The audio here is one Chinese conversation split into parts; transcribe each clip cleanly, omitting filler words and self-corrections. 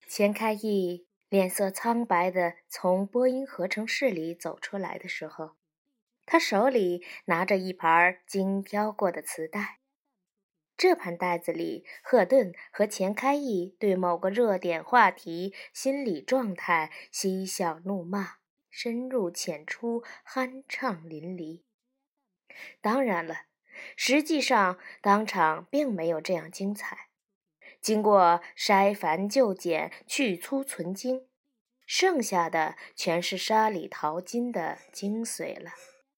钱开义脸色苍白地从播音合成室里走出来的时候，他手里拿着一盘精挑过的磁带。这盘带子里，赫顿和钱开义对某个热点话题、心理状态嬉笑怒骂，深入浅出，酣畅淋漓。当然了，实际上当场并没有这样精彩。经过筛繁就简、去粗存精，剩下的全是沙里淘金的精髓了。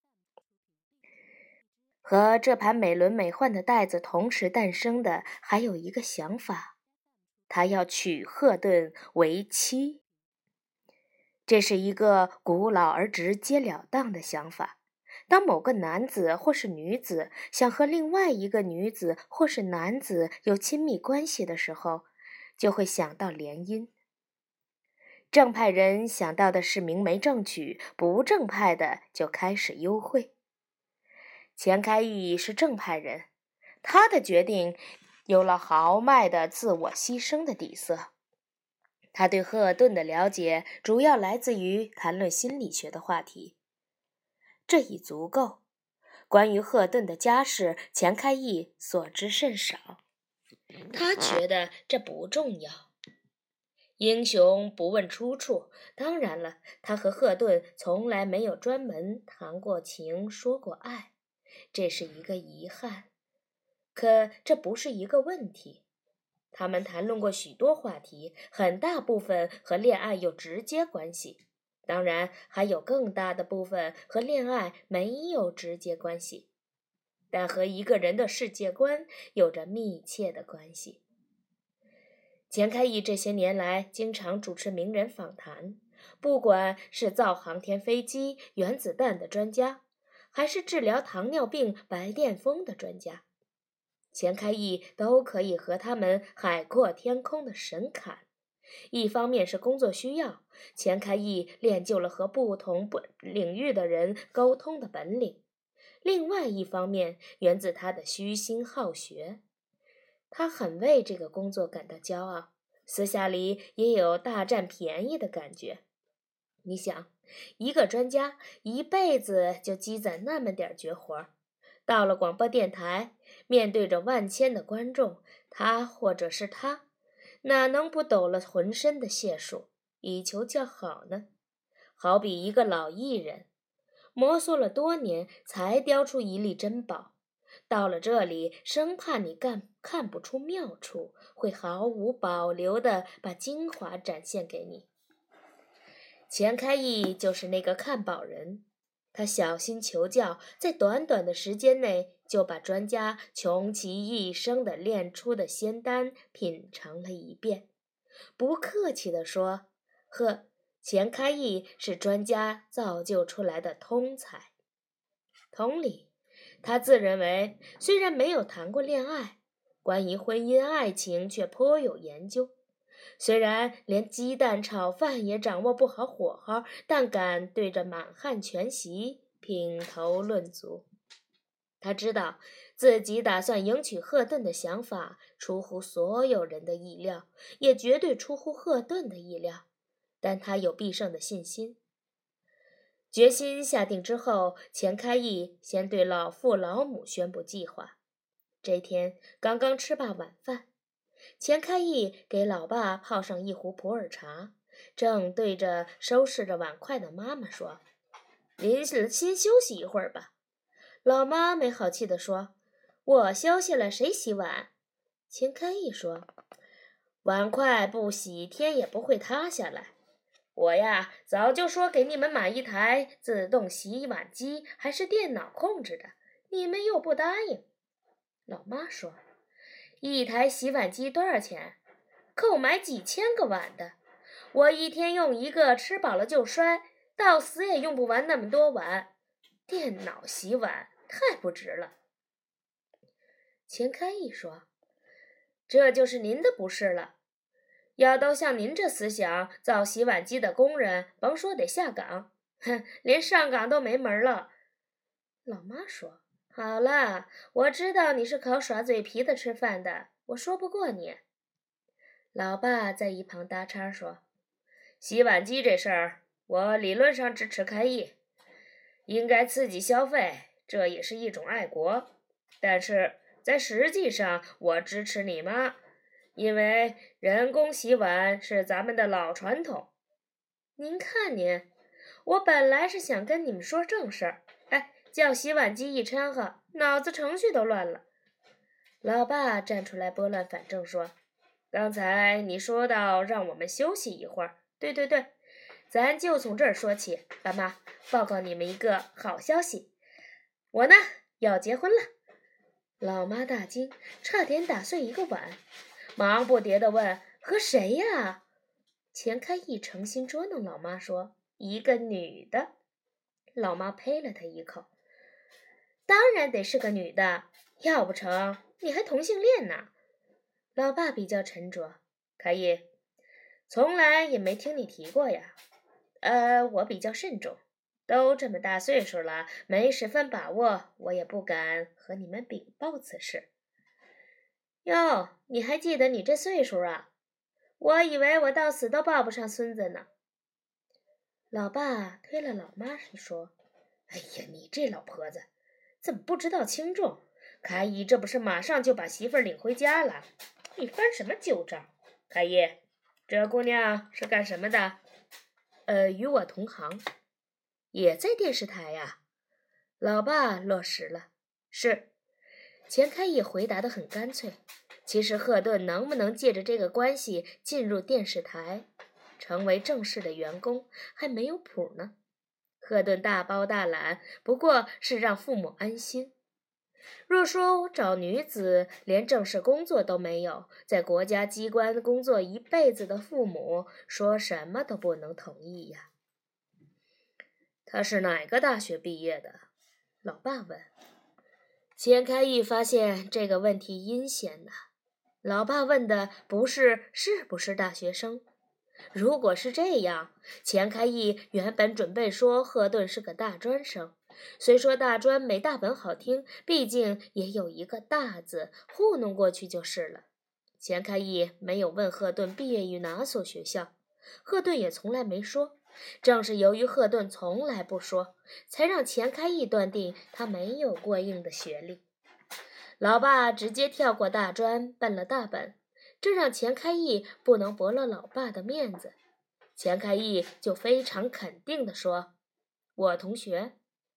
和这盘美轮美奂的带子同时诞生的还有一个想法，他要娶赫顿为妻。这是一个古老而直截了当的想法。当某个男子或是女子想和另外一个女子或是男子有亲密关系的时候，就会想到联姻。正派人想到的是明媒正娶，不正派的就开始幽会。钱开义是正派人，他的决定有了豪迈的自我牺牲的底色。他对赫顿的了解主要来自于谈论心理学的话题，这已足够。关于赫顿的家世，钱开义所知甚少，他觉得这不重要。英雄不问出处，当然了，他和赫顿从来没有专门谈过情，说过爱，这是一个遗憾。可这不是一个问题。他们谈论过许多话题，很大部分和恋爱有直接关系，当然还有更大的部分和恋爱没有直接关系，但和一个人的世界观有着密切的关系。钱开义这些年来经常主持名人访谈，不管是造航天飞机、原子弹的专家，还是治疗糖尿病、白癜风的专家，钱开义都可以和他们海阔天空的神侃。一方面是工作需要，钱开义练就了和不同领域的人沟通的本领；另外一方面源自他的虚心好学。他很为这个工作感到骄傲，私下里也有大占便宜的感觉。你想，一个专家一辈子就积攒那么点绝活，到了广播电台，面对着万千的观众，他或者是他，哪能不抖了浑身的解数，以求较好呢？好比一个老艺人，摩挲了多年才雕出一粒珍宝，到了这里，生怕你看不出妙处，会毫无保留地把精华展现给你。钱开义就是那个看宝人，他小心求教，在短短的时间内就把专家穷其一生的练出的仙丹品尝了一遍。不客气地说，钱开义是专家造就出来的通才。同理，他自认为虽然没有谈过恋爱，关于婚姻爱情却颇有研究。虽然连鸡蛋炒饭也掌握不好火候，但敢对着满汉全席品头论足。他知道自己打算迎娶赫顿的想法出乎所有人的意料，也绝对出乎赫顿的意料，但他有必胜的信心。决心下定之后，钱开义先对老父老母宣布计划。这天刚刚吃罢晚饭，钱开义给老爸泡上一壶普洱茶，正对着收拾着碗筷的妈妈说：“您先休息一会儿吧。”老妈没好气地说：“我休息了，谁洗碗？”钱开义说：“碗筷不洗，天也不会塌下来。我呀，早就说给你们买一台自动洗碗机，还是电脑控制的，你们又不答应。”老妈说：“一台洗碗机多少钱？够买几千个碗的。我一天用一个，吃饱了就摔，到死也用不完那么多碗。电脑洗碗太不值了。”钱开义说：“这就是您的不是了。要都像您这思想，造洗碗机的工人甭说得下岗，连上岗都没门了。”老妈说：“好了，我知道你是靠耍嘴皮子吃饭的，我说不过你。” 老爸在一旁搭岔说：“洗碗机这事儿，我理论上支持开业，应该刺激消费，这也是一种爱国。但是在实际上，我支持你妈，因为人工洗碗是咱们的老传统。您看您，我本来是想跟你们说正事儿，叫洗碗机一掺和，脑子程序都乱了。”老爸站出来拨乱反正说：“刚才你说到让我们休息一会儿，对，咱就从这儿说起。爸妈，报告你们一个好消息，我呢要结婚了。”老妈大惊，差点打碎一个碗，忙不迭地问：“和谁呀？”钱开义诚心捉弄老妈说：“一个女的。”老妈呸了他一口：“当然得是个女的，要不成你还同性恋呢。”老爸比较沉着：“开义，从来也没听你提过呀。我比较慎重，都这么大岁数了，没十分把握，我也不敢和你们禀报此事。”哟，你还记得你这岁数啊？我以为我到死都抱不上孙子呢。老爸推了老妈说：“哎呀，你这老婆子，怎么不知道轻重？开义这不是马上就把媳妇儿领回家了？你翻什么旧账？开义，这姑娘是干什么的？”“与我同行。”“也在电视台呀？”老爸落实了。“是。”钱开义回答得很干脆。其实赫顿能不能借着这个关系进入电视台，成为正式的员工，还没有谱呢。赫顿大包大揽，不过是让父母安心。若说找女子连正式工作都没有，在国家机关工作一辈子的父母，说什么都不能同意呀。“他是哪个大学毕业的？”老爸问。钱开义发现这个问题阴险呐。老爸问的不是不是大学生。如果是这样，钱开义原本准备说赫顿是个大专生，虽说大专没大本好听，毕竟也有一个大字，糊弄过去就是了。钱开义没有问赫顿毕业于哪所学校，赫顿也从来没说。正是由于赫顿从来不说，才让钱开义断定他没有过硬的学历。老爸直接跳过大专，奔了大本，这让钱开义不能驳了老爸的面子。钱开义就非常肯定地说：“我同学。”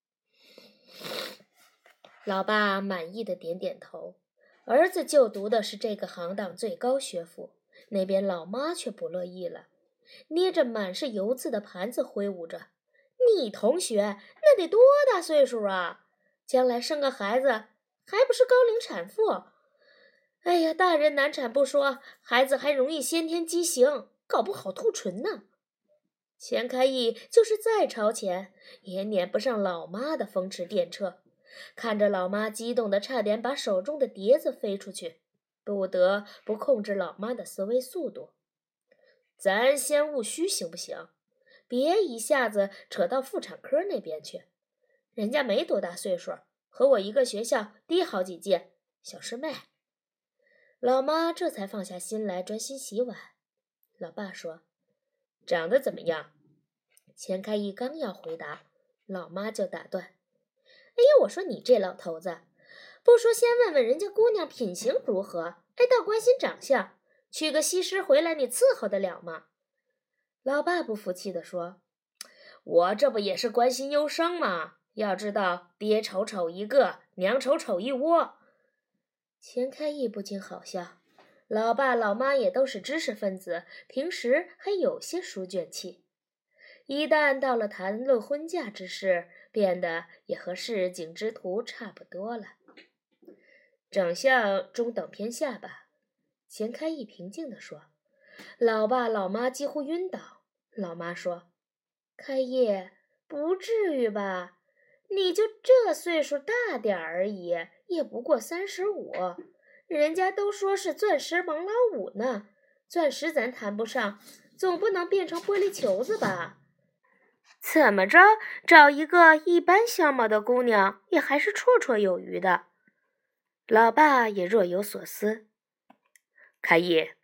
老爸满意的点点头。儿子就读的是这个行当最高学府，那边老妈却不乐意了，捏着满是油渍的盘子挥舞着：“你同学那得多大岁数啊？将来生个孩子还不是高龄产妇？哎呀，大人难产不说，孩子还容易先天畸形，搞不好兔唇呢。”钱开义就是再超前，也撵不上老妈的风驰电掣。看着老妈激动得差点把手中的碟子飞出去，不得不控制老妈的思维速度。“咱先务虚行不行？别一下子扯到妇产科那边去。人家没多大岁数，和我一个学校，低好几届，小师妹。”老妈这才放下心来，专心洗碗。老爸说：“长得怎么样？”钱开义刚要回答，老妈就打断：“哎呀，我说你这老头子，不说先问问人家姑娘品行如何，倒关心长相，娶个西施回来你伺候得了吗？”老爸不服气地说：“我这不也是关心优生吗？要知道，爹丑丑一个，娘丑丑一窝。”钱开义不禁好笑，老爸老妈也都是知识分子，平时还有些书卷气，一旦到了谈论婚嫁之事，变得也和市井之徒差不多了。“长相中等偏下吧。”钱开义平静地说。老爸老妈几乎晕倒。老妈说：“开义，不至于吧？你就这岁数大点而已，也不过35，人家都说是钻石王老五呢。钻石咱谈不上，总不能变成玻璃球子吧？怎么着，找一个一般相貌的姑娘，也还是绰绰有余的。”老爸也若有所思。“开义，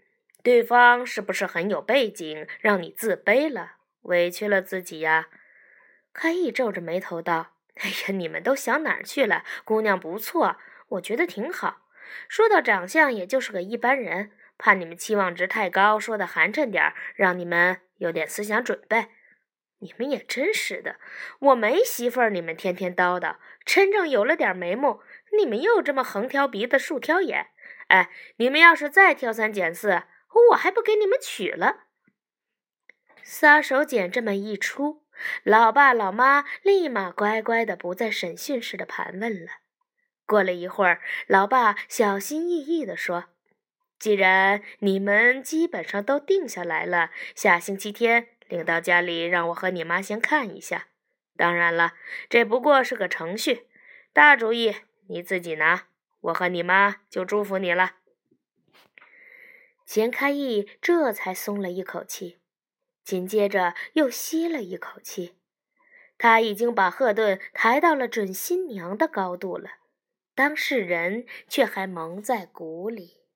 对方是不是很有背景，让你自卑了，委屈了自己呀？”开义皱着眉头道：“哎呀，你们都想哪儿去了？姑娘不错，我觉得挺好。说到长相，也就是个一般人，怕你们期望值太高，说的寒碜点儿，让你们有点思想准备。你们也真是的，我没媳妇儿，你们天天叨叨；真正有了点眉目，你们又这么横挑鼻子竖挑眼。哎，你们要是再挑三拣四，我还不给你们娶了。”撒手锏这么一出，老爸老妈立马乖乖的不再审讯似的盘问了。过了一会儿，老爸小心翼翼地说：“既然你们基本上都定下来了，下星期天领到家里让我和你妈先看一下。当然了，这不过是个程序，大主意你自己拿，我和你妈就祝福你了。”钱开义这才松了一口气，紧接着又吸了一口气。他已经把赫顿抬到了准新娘的高度了，当事人却还蒙在鼓里。